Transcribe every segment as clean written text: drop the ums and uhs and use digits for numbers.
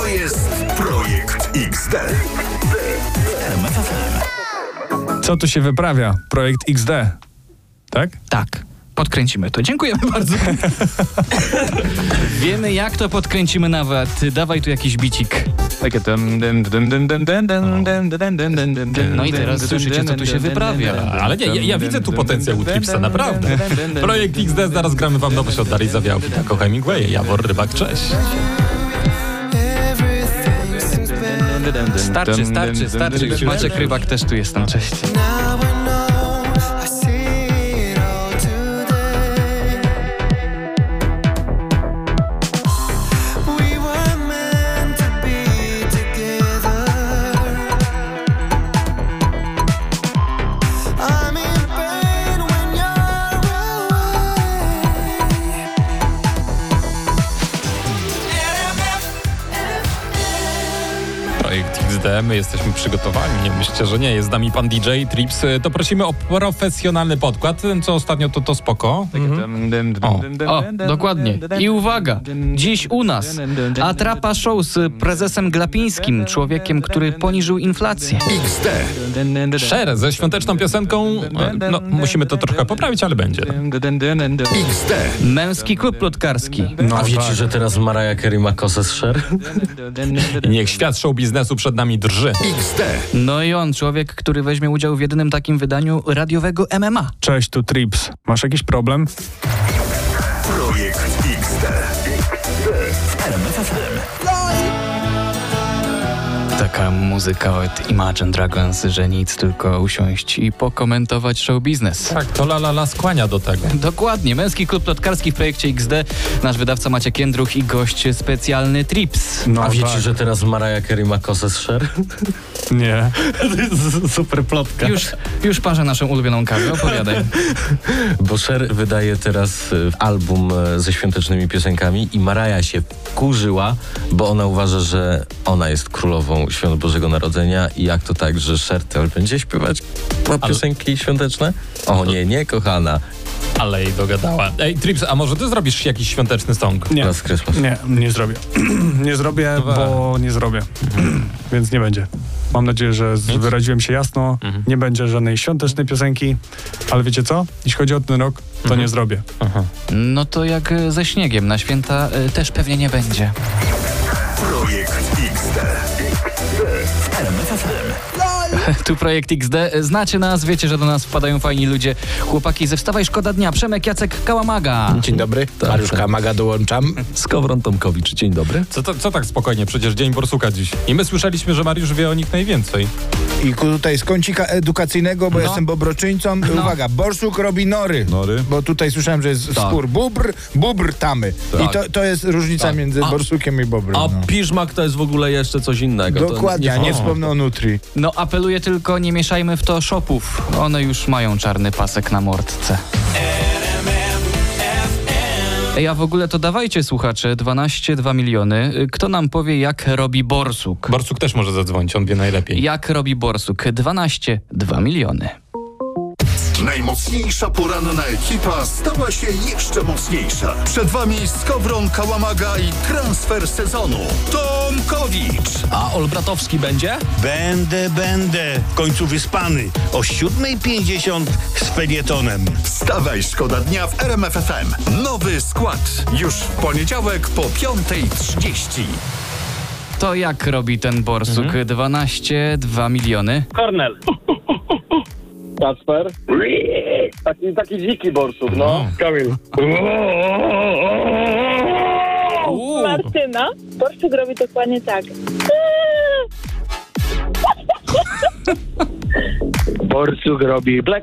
jest Projekt XD. Co tu się wyprawia? Projekt XD. Tak? Tak. Podkręcimy to. Dziękujemy bardzo. Wiemy, jak to podkręcimy nawet. Dawaj tu jakiś bicik. Takie no i teraz słyszycie, co tu się wyprawia. Ale nie, ja widzę tu potencjał u Tripsa, naprawdę. Projekt XD, zaraz gramy wam nowość od Darii Zawiałki, tak o Hemingwaye, Jawor Rybak, cześć. Starczy. Już Maciek Rybak też tu jestem, cześć. Projekt XD, my jesteśmy przygotowani. Myślę, że nie. Jest z nami pan DJ Trips. To prosimy o profesjonalny podkład. Ten, co ostatnio, to spoko. O, dokładnie. I uwaga, dziś u nas Atrapa Show z prezesem Glapińskim, człowiekiem, który poniżył inflację. XD. Cher ze świąteczną piosenką. No, musimy to trochę poprawić, ale będzie. XD. Męski klub plotkarski. A wiecie, że teraz Mariah Carey ma kosę z Cher? I niech świat show biznesu przed nami drży. XD. No i on, człowiek, który weźmie udział w jedynym takim wydaniu radiowego MMA. Cześć, tu Trips. Masz jakiś problem? Projekt XD. Taka muzyka od Imagine Dragons, że nic, tylko usiąść i pokomentować show biznes. Tak, to la skłania do tego. Dokładnie. Męski klub plotkarski w projekcie XD. Nasz wydawca Maciek Jędruch i gość specjalny Trips. No, A wiecie, tak. że teraz Mariah Carey ma kosę z Cher? Nie. To jest super plotka. Już parzę naszą ulubioną kawę, opowiadaj. Bo Cher wydaje teraz album ze świątecznymi piosenkami i Mariah się wkurzyła, bo ona uważa, że ona jest królową Świąt Bożego Narodzenia i jak to tak, że Cher też będzie śpiewać piosenki świąteczne? O nie, kochana. Ale jej dogadała. Ej, Trips, a może ty zrobisz jakiś świąteczny song? Nie. Last Christmas. Nie zrobię. Nie zrobię, bo nie zrobię. Więc nie będzie. Mam nadzieję, że wyraziłem się jasno. Nie będzie żadnej świątecznej piosenki. Ale wiecie co? Jeśli chodzi o ten rok, to nie zrobię. No to jak ze śniegiem na święta też pewnie nie będzie. Projekt XD. Tu projekt XD. Znacie nas, wiecie, że do nas wpadają fajni ludzie. Chłopaki ze Wstawaj Szkoda Dnia. Przemek, Jacek, Kałamaga. Dzień dobry, Mariusz Kałamaga, dołączam. Skowron Tomkowicz, dzień dobry. Co tak spokojnie? Przecież Dzień Borsuka dziś. I my słyszeliśmy, że Mariusz wie o nich najwięcej. I tutaj z kącika edukacyjnego, bo jestem bobroczyńcą. Uwaga, borsuk robi nory. Bo tutaj słyszałem, że jest skór bóbr tamy. Tak. I to jest różnica między borsukiem i bobrem. A piżmak to jest w ogóle jeszcze coś innego. Dokładnie, a nie wspomnę o nutri. No apeluję tylko, nie mieszajmy w to shopów. One już mają czarny pasek na mordce. Ej, a w ogóle to dawajcie, słuchacze, 12,2 miliony. Kto nam powie, jak robi borsuk? Borsuk też może zadzwonić, on wie najlepiej. Jak robi borsuk? 12,2 miliony. Najmocniejsza poranna ekipa stała się jeszcze mocniejsza. Przed wami Skowron, Kałamaga i transfer sezonu Tomkowicz. A Olbratowski będzie? Będę. W końcu wyspany. O 7:50 z felietonem. Wstawaj, szkoda dnia w RMF FM. Nowy skład. Już w poniedziałek po 5:30. To jak robi ten borsuk? 12,2 miliony. Kornel. Kacper. Taki dziki borsuk, no. Kamil. Martyna. Borsuk robi dokładnie tak. Borsuk robi Klek.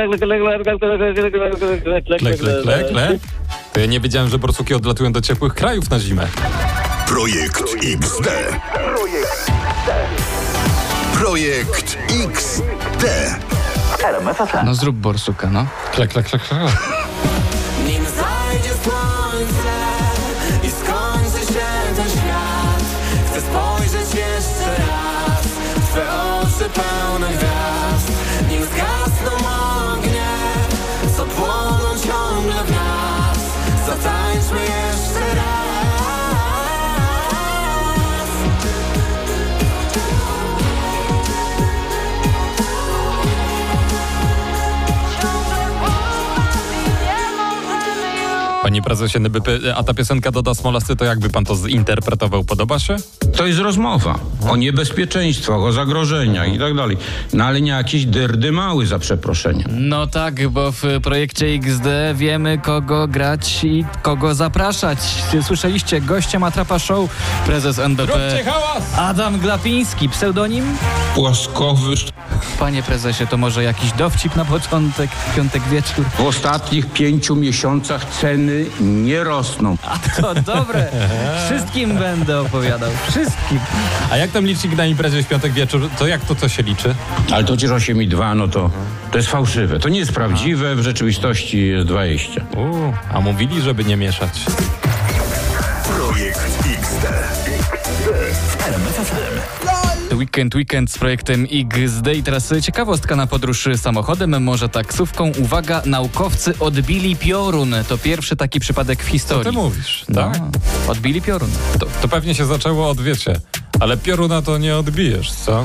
To ja nie wiedziałem, że borsuki odlatują do ciepłych krajów na zimę. Projekt XD. Projekt XD. No zrób borsuka, no. Klek. Nim zajdzie słońce i skończy się ten świat, chcę spojrzeć jeszcze raz w twe oczy pełne gwiazd. Nim zgasną ognie, co płoną ciągle w nas, zatańczmy jeszcze raz. prezesie NBP, a ta piosenka Doda Smolasty, to jakby pan to zinterpretował? Podoba się? To jest rozmowa o niebezpieczeństwach, o zagrożeniach i tak dalej. No ale nie jakieś dyrdy mały, za przeproszeniem. No tak, bo w projekcie XD wiemy, kogo grać i kogo zapraszać. Słyszeliście, gościem Atrapa Show prezes NBP Róbcie hałas! Adam Glapiński, pseudonim? Płaskowy. Panie prezesie, to może jakiś dowcip na początek, piątek wieczór? W ostatnich 5 miesiącach ceny nie rosną. A to dobre. Wszystkim będę opowiadał. Wszystkim. A jak tam licznik na imprezie w piątek wieczór, to jak to co się liczy? Ale to przecież 8,2, no to jest fałszywe. To nie jest prawdziwe, w rzeczywistości jest 20. A mówili, żeby nie mieszać. Projekt XD w RMF FM. Weekend z projektem XD i teraz ciekawostka na podróż samochodem, może taksówką. Uwaga, naukowcy odbili piorun. To pierwszy taki przypadek w historii. Co ty mówisz? No, Tak? odbili piorun. To pewnie się zaczęło od, wiecie, ale pioruna to nie odbijesz, co?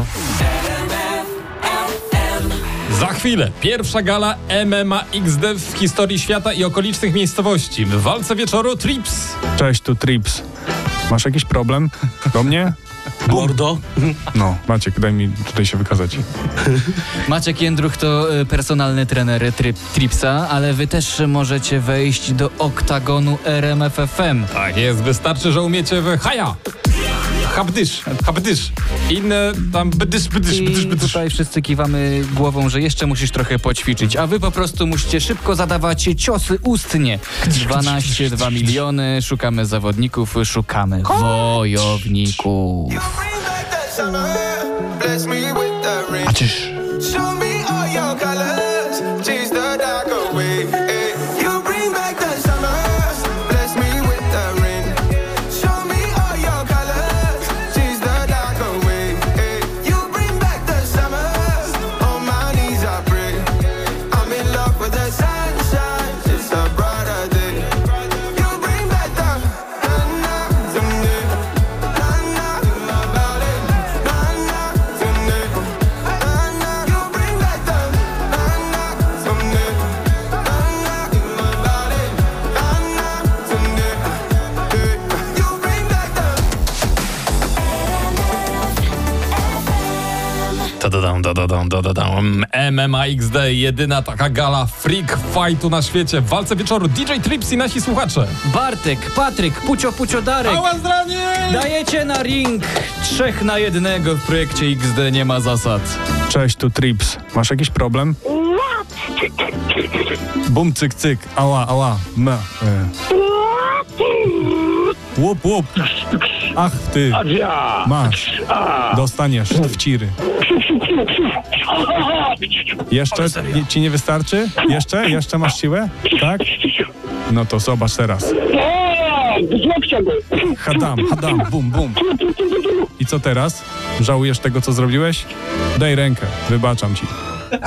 Za chwilę pierwsza gala MMA XD w historii świata i okolicznych miejscowości. W walce wieczoru Trips. Cześć, tu Trips. Masz jakiś problem? Do mnie? Mordo? No, Maciek, daj mi tutaj się wykazać. Maciek Jędruch to personalny trener Tripsa, ale wy też możecie wejść do oktagonu RMF FM. Tak jest, wystarczy, że umiecie w haja. Habdysz. Inne tam bydysz. I tutaj wszyscy kiwamy głową, że jeszcze musisz trochę poćwiczyć, a wy po prostu musicie szybko zadawać ciosy ustnie. 12,2 miliony, szukamy zawodników, szukamy wojowników. A czyż? MMA XD, jedyna taka gala freak fightu na świecie. W walce wieczoru DJ Trips i nasi słuchacze. Bartek, Patryk, Pucio Darek. Dajecie na ring 3 na 1 w projekcie XD, nie ma zasad. Cześć, tu Trips. Masz jakiś problem? Bum, cyk, cyk. Ała. Łup. Ach ty. Masz. Dostaniesz w ciry. Jeszcze ci nie wystarczy? Jeszcze masz siłę? Tak? No to zobacz teraz. Hadam, bum. I co teraz? Żałujesz tego, co zrobiłeś? Daj rękę, wybaczam ci.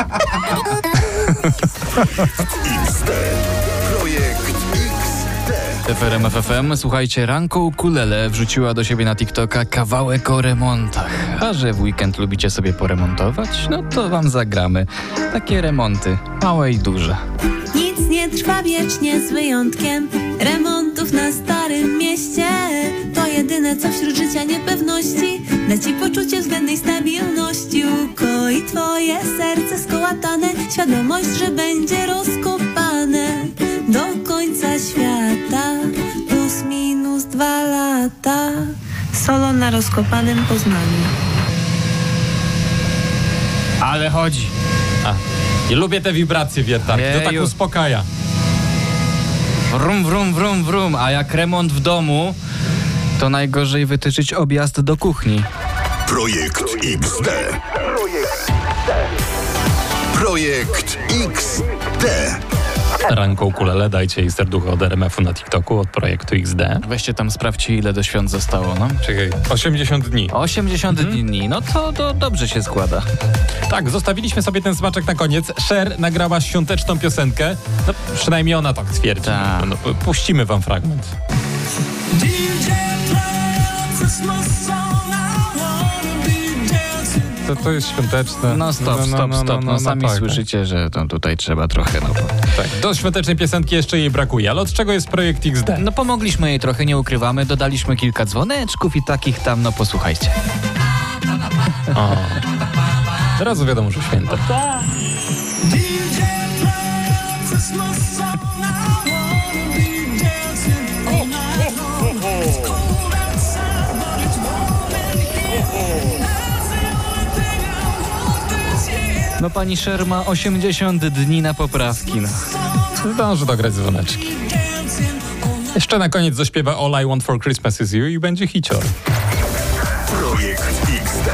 XD. Projekt XD. W RMF FM, słuchajcie, Ranko Ukulele wrzuciła do siebie na TikToka kawałek o remontach. A że w weekend lubicie sobie poremontować, no to wam zagramy. Takie remonty, małe i duże. Nic nie trwa wiecznie z wyjątkiem remontów na Starym Mieście. To jedyne, co wśród życia niepewności da ci poczucie względnej stabilności. Ukoi twoje serce skołatane, świadomość, że będzie rozkopane do końca świata, plus minus 2 lata. Solo na rozkopanym Poznaniu. Ale chodzi. I lubię te wibracje wiertarki, to tak uspokaja. Wrum, a jak remont w domu, to najgorzej wytyczyć objazd do kuchni. Projekt XD. Projekt XD. Ranko Ukulele, dajcie jej serducho od RMF-u na TikToku, od projektu XD. Weźcie tam, sprawdźcie, ile do świąt zostało, no. Czekaj, 80 dni. 80 dni, no to dobrze się składa. Tak, zostawiliśmy sobie ten smaczek na koniec. Cher nagrała świąteczną piosenkę. No, przynajmniej ona tak twierdzi. Ta. No, puścimy wam fragment. DJ play a Christmas song, I wanna be dancing To jest świąteczne. No stop. Sami tak, słyszycie, że to tutaj trzeba trochę, Tak, do świątecznej piosenki jeszcze jej brakuje, ale od czego jest projekt XD? No pomogliśmy jej trochę, nie ukrywamy, dodaliśmy kilka dzwoneczków i takich tam, no posłuchajcie. O. Teraz wiadomo, że święta. No pani Sher ma 80 dni na poprawki, no. Zdąży dograć dzwoneczki. Jeszcze na koniec zaśpiewa All I Want for Christmas is You i będzie hicior. Projekt XD.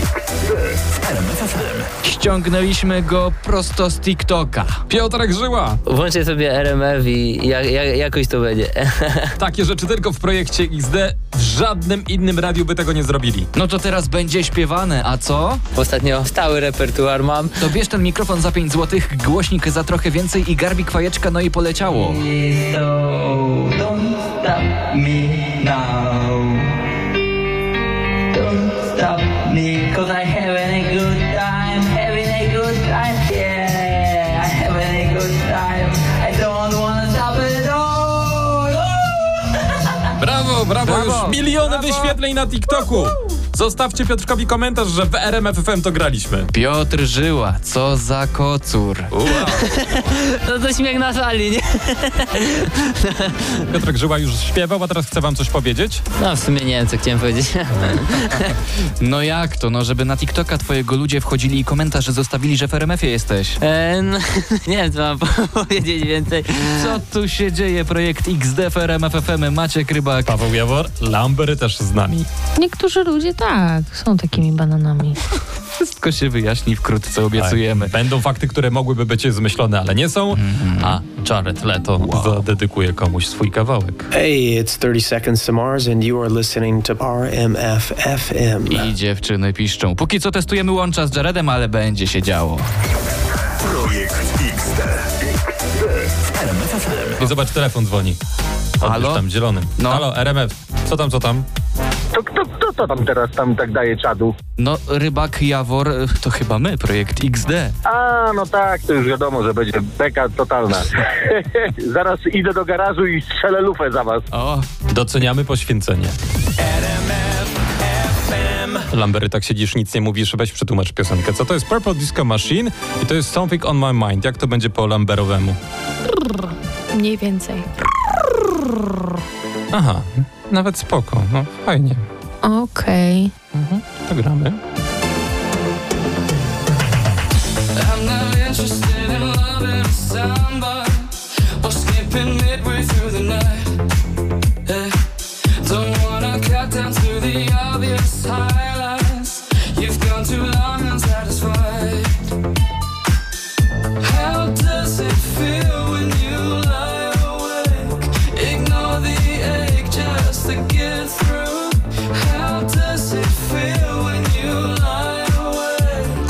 Ściągnęliśmy go prosto z TikToka. Piotrek Żyła. Włączcie sobie RMF i jakoś to będzie. Takie rzeczy tylko w projekcie XD. W żadnym innym radiu by tego nie zrobili. No to teraz będzie śpiewane, a co? Ostatnio stały repertuar mam. To bierz ten mikrofon za 5 zł, głośnik za trochę więcej i garbik fajeczka, no i poleciało. Don't stop me now. Don't stop me, 'cause I having a good time, having a good time, yeah, I having a good time, I don't wanna stop it all. Brawo, już miliony wyświetleń na TikToku. Zostawcie Piotrkowi komentarz, że w RMF FM to graliśmy. Piotr Żyła, co za kocur. Wow. No to śmiech na sali, nie? Piotrek Żyła już śpiewał, a teraz chcę wam coś powiedzieć. No w sumie nie wiem, co chciałem powiedzieć. No jak to? No żeby na TikToka twojego ludzie wchodzili i komentarz zostawili, że w RMF-ie jesteś. No, nie wiem, co mam powiedzieć więcej. Co tu się dzieje? Projekt XD w RMF FM, Maciek Rybak. Paweł Jawor, Lambery też z nami. Niektórzy ludzie tak, są takimi bananami. Wszystko się wyjaśni wkrótce, obiecujemy. Tak. Będą fakty, które mogłyby być zmyślone, ale nie są, a Jared Leto zadedykuje komuś swój kawałek. Hey, it's 30 Seconds to Mars and you are listening to RMF FM. I dziewczyny piszczą. Póki co testujemy łącza z Jaredem, ale będzie się działo. Projekt XD. I zobacz, telefon dzwoni. Halo? Tam zielonym. No. Halo, RMF. Co tam? To tam teraz tak daje czadu? No, Rybak, Jawor, to chyba my, projekt XD. A, no tak, to już wiadomo, że będzie beka totalna. Zaraz idę do garażu i strzelę lufę za was. O, doceniamy poświęcenie. Lambery, tak siedzisz, nic nie mówisz, weź przetłumacz piosenkę. Co to jest Purple Disco Machine i to jest Something on My Mind. Jak to będzie po lamberowemu? Mniej więcej. Aha, nawet spoko, no fajnie. Okej. To gramy. I'm not interested in loving somebody or skipping midway through the night. Don't wanna cut down to the obvious highlights. You've gone too long unsatisfied. How does it feel when you lie awake? Ignore the ache just to get through. How does it feel when you lie awake?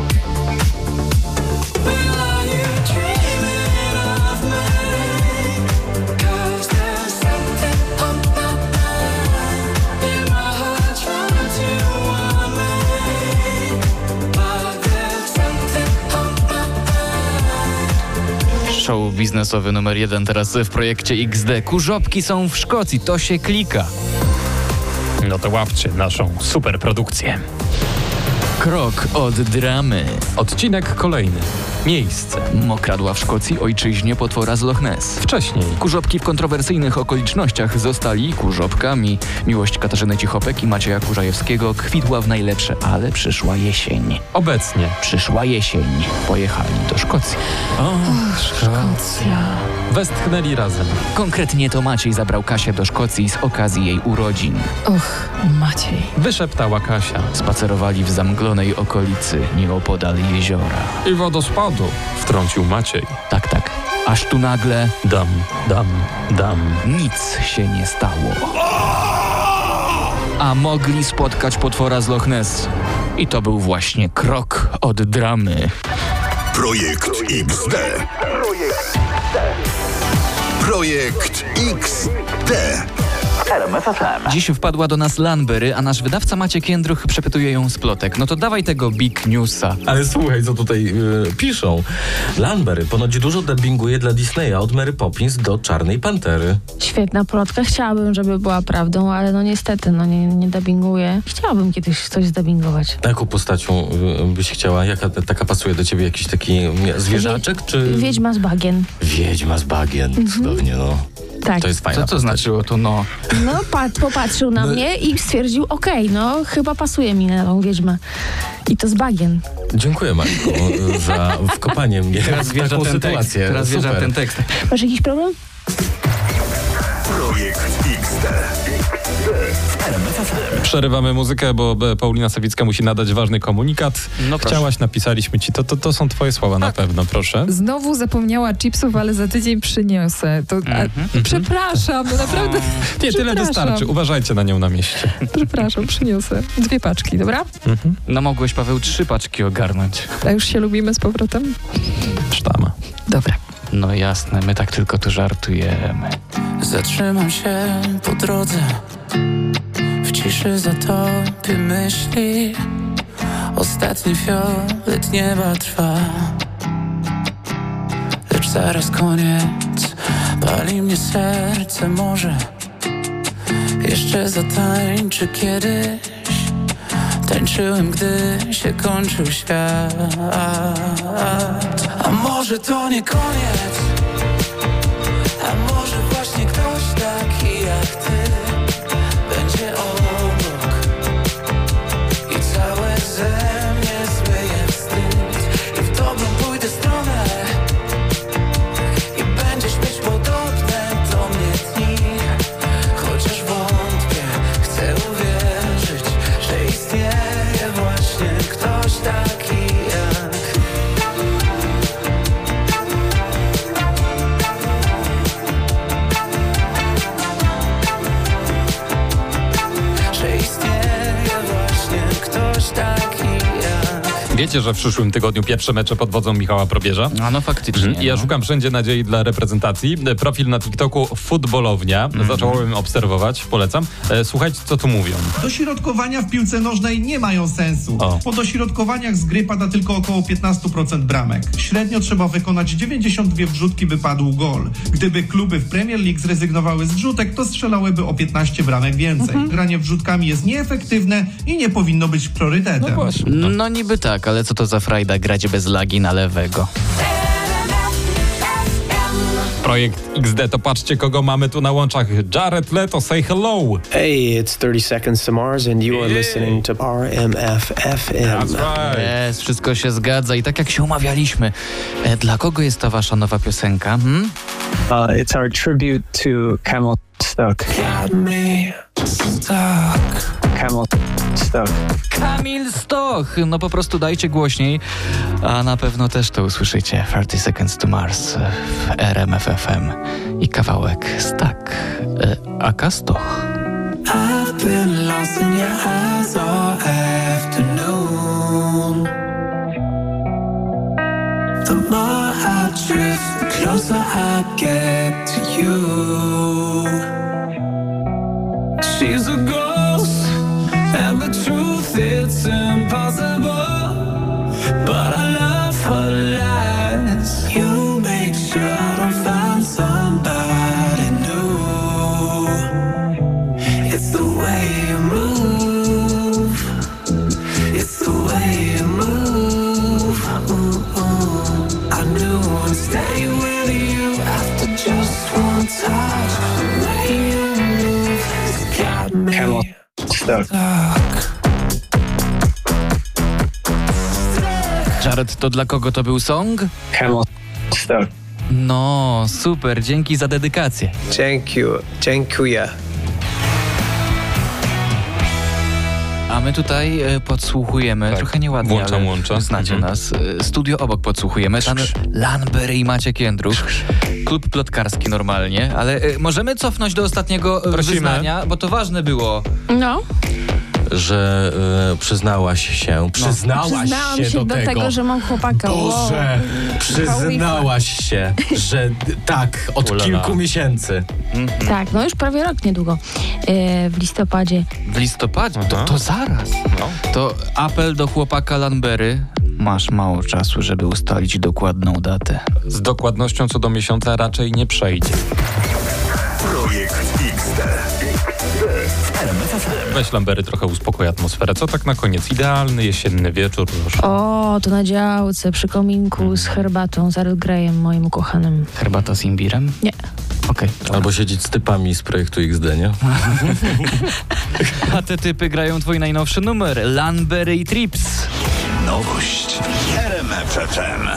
Well, are you dreaming of me? 'Cause there's something on my mind. In my heart trying to want me. But there's something on my mind. show biznesowy numer 1 teraz w projekcie XD. Kurzopki są w Szkocji, to się klika. No to łapcie naszą super produkcję. Krok od dramy. Odcinek kolejny. Miejsce. Mokradła w Szkocji, ojczyźnie potwora z Loch Ness. Wcześniej. Kurzopki w kontrowersyjnych okolicznościach zostali kurzopkami. Miłość Katarzyny Cichopek i Macieja Kurzajewskiego kwitła w najlepsze, ale przyszła jesień. Obecnie. Przyszła jesień. Pojechali do Szkocji. O, Szkocja. Westchnęli razem. Konkretnie to Maciej zabrał Kasię do Szkocji z okazji jej urodzin. Och, Maciej. Wyszeptała Kasia. Spacerowali w zamglonej okolicy, nieopodal jeziora. I wodospadu. Wtrącił Maciej. Tak. Aż tu nagle... Dam. Nic się nie stało. A mogli spotkać potwora z Loch Ness. I to był właśnie krok od dramy. Projekt XD. Projekt XD. RMF FM. Dziś wpadła do nas Lanbery, a nasz wydawca Maciek Jędruch przepytuje ją z plotek. No to dawaj tego big newsa. Ale słuchaj, co tutaj piszą. Lanbery ponoć dużo dubbinguje dla Disneya, od Mary Poppins do Czarnej Pantery. Świetna plotka. Chciałabym, żeby była prawdą, ale no niestety, no nie dubbinguję. Chciałabym kiedyś coś zdubbingować. Jaką postacią byś chciała? Jaka taka pasuje do ciebie? Jakiś taki zwierzaczek, czy... Wiedźma z bagien. Wiedźma z bagien. Cudownie, no. Tak. To jest fajna Co to znaczyło to no? No, popatrzył na mnie i stwierdził, okej, no chyba pasuje mi na tą wiedźmę. I to z bagien. Dziękuję, Maćku, za wkopanie mnie w taką sytuację. Teraz wierzę ten tekst. Masz jakiś problem? Projekt XD. Przerywamy muzykę, bo Paulina Sawicka musi nadać ważny komunikat. No proszę. Chciałaś, napisaliśmy ci. To są twoje słowa na pewno, proszę. Znowu zapomniała chipsów, ale za tydzień przyniosę. Przepraszam, no naprawdę. Nie, tyle wystarczy. Uważajcie na nią na mieście. Przepraszam, przyniosę 2 paczki, dobra? No mogłeś, Paweł, 3 paczki ogarnąć. A już się lubimy z powrotem? Sztama. Dobra. No jasne, my tak tylko tu żartujemy. Zatrzymam się po drodze, w ciszy zatopię myśli. Ostatni fiolet nieba trwa, lecz zaraz koniec. Pali mnie serce, może jeszcze zatańczy kiedyś. Tańczyłem, gdy się kończył świat. A może to nie koniec? A może właśnie ktoś taki jak ty będzie obok i całe ze mnie zmyje wstyd. I w dobrą pójdę stronę i będziesz mieć podobne do mnie dni. Chociaż wątpię, chcę uwierzyć, że istnieje właśnie ktoś taki jak. Że istnieje właśnie ktoś taki jak. Wiecie, że w przyszłym tygodniu pierwsze mecze pod wodzą Michała Probierza? No faktycznie. Ja szukam wszędzie nadziei dla reprezentacji. Profil na TikToku Futbolownia. Zacząłem obserwować, polecam. Słuchajcie, co tu mówią. Dośrodkowania w piłce nożnej nie mają sensu. Po dośrodkowaniach z gry pada tylko około 15% bramek. Średnio trzeba wykonać 92 wrzutki, by padł gol. Gdyby kluby w Premier League zrezygnowały z wrzutek, to strzelałyby o 15 bramek więcej. Granie wrzutkami jest nieefektywne i nie powinno być priorytetem. No niby tak, ale co to za frajda grać bez lagi na lewego? Projekt XD, to patrzcie, kogo mamy tu na łączach. Jared Leto, say hello. Hey, it's 30 Seconds to Mars and you are listening to RMF FM. Jest, wszystko się zgadza i tak jak się umawialiśmy. Dla kogo jest ta wasza nowa piosenka? It's our tribute to Camel Stuck. Got me stuck. Camel Stuck. Kamil Stoch! No po prostu dajcie głośniej, a na pewno też to usłyszycie. 30 Seconds to Mars w RMF FM i kawałek Stuck. Aka Stoch. I've been lost in your eyes all afternoon. The more I drift, the closer I get to you. She's a ghost, and the truth, it's impossible. But I love her lies. You make sure I don't find somebody new. It's the way you move. It's the way you move. I knew I'd stay with you after just one touch. The way you move has got me Stuck. Jared, to dla kogo to był song? Camel Stuck. No, super, dzięki za dedykację. Dziękuję. A my tutaj podsłuchujemy, trochę nieładnie, ale znacie nas. Studio obok podsłuchujemy, tam Lanbery i Maciek Jędruch. Klub plotkarski normalnie, ale możemy cofnąć do ostatniego wyznania, bo to ważne było. No. że przyznałaś się Przyznałam się do tego, że mam chłopaka. Boże, przyznałaś się, że tak, od kilku miesięcy. Tak, no już prawie rok niedługo. W listopadzie. W listopadzie? To zaraz. To apel do chłopaka Lanbery. Masz mało czasu, żeby ustalić dokładną datę. Z dokładnością co do miesiąca raczej nie przejdzie. Projekt XD. Weź Lambery, trochę uspokoi atmosferę. Co tak na koniec? Idealny jesienny wieczór. Proszę. O, to na działce, przy kominku z herbatą, z Earl Greyem, moim ukochanym. Herbata z imbirem? Nie. Okej. Albo siedzieć z typami z projektu XD, nie? A te typy grają twój najnowszy numer. Lanbery i Trips. Nowość w RMF FM.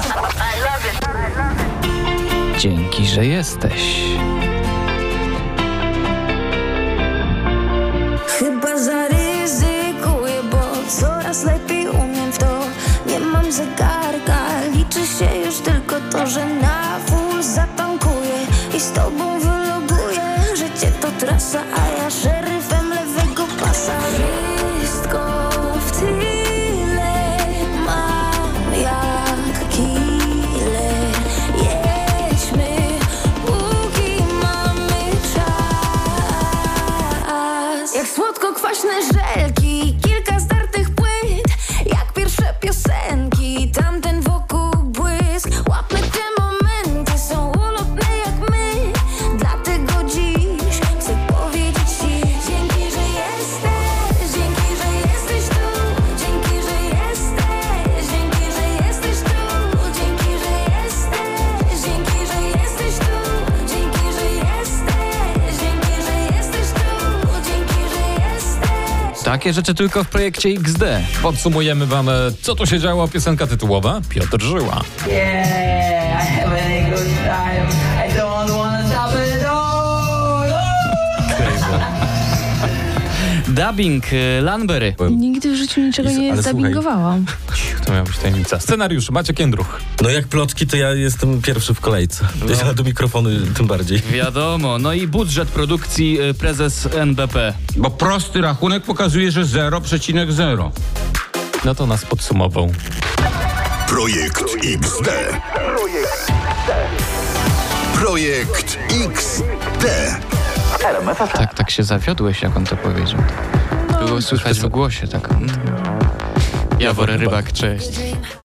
Dzięki, że jesteś. Chyba zaryzykuję, bo coraz lepiej umiem w to. Nie mam zegarka, liczy się już tylko to, że na full zatankuję i z tobą wyloguję. Życie to trasa, a ja szeryfem lewego pasa. Wszystko w tyle mam jak killer. Jedźmy, póki mamy czas. Jak słodko-kwaśne żelki, kilka zdartych płyt, jak pierwsze piosenki, tamten wokół błysk. Łapmy te momenty, są ulotne jak my. Dlatego dziś chcę powiedzieć ci dzięki, że jesteś, dzięki, że jesteś tu, dzięki, że jesteś, dzięki, że jesteś tu, dzięki, że jesteś, dzięki, że jesteś tu, dzięki, że jesteś, dzięki, że jesteś tu, dzięki, że jesteś. Takie rzeczy tylko w projekcie XD. Podsumujemy wam, co tu się działo. Piosenka tytułowa Piotr Żyła. Yeah, I have a good time. I don't wanna stop it all. Dubbing Lanbery. Nigdy w życiu niczego nie ale zdubbingowałam. To miała być tajemnica. Scenariusz Maciek Jędruch. No jak plotki, to ja jestem pierwszy w kolejce. Ja do mikrofonu tym bardziej. Wiadomo. No i budżet produkcji prezes NBP. Bo prosty rachunek pokazuje, że 0,0. No to nas podsumował. Projekt XD. Projekt XD. Tak się zawiodłeś, jak on to powiedział. Było słychać w głosie tak. Jawor Rybak, cześć.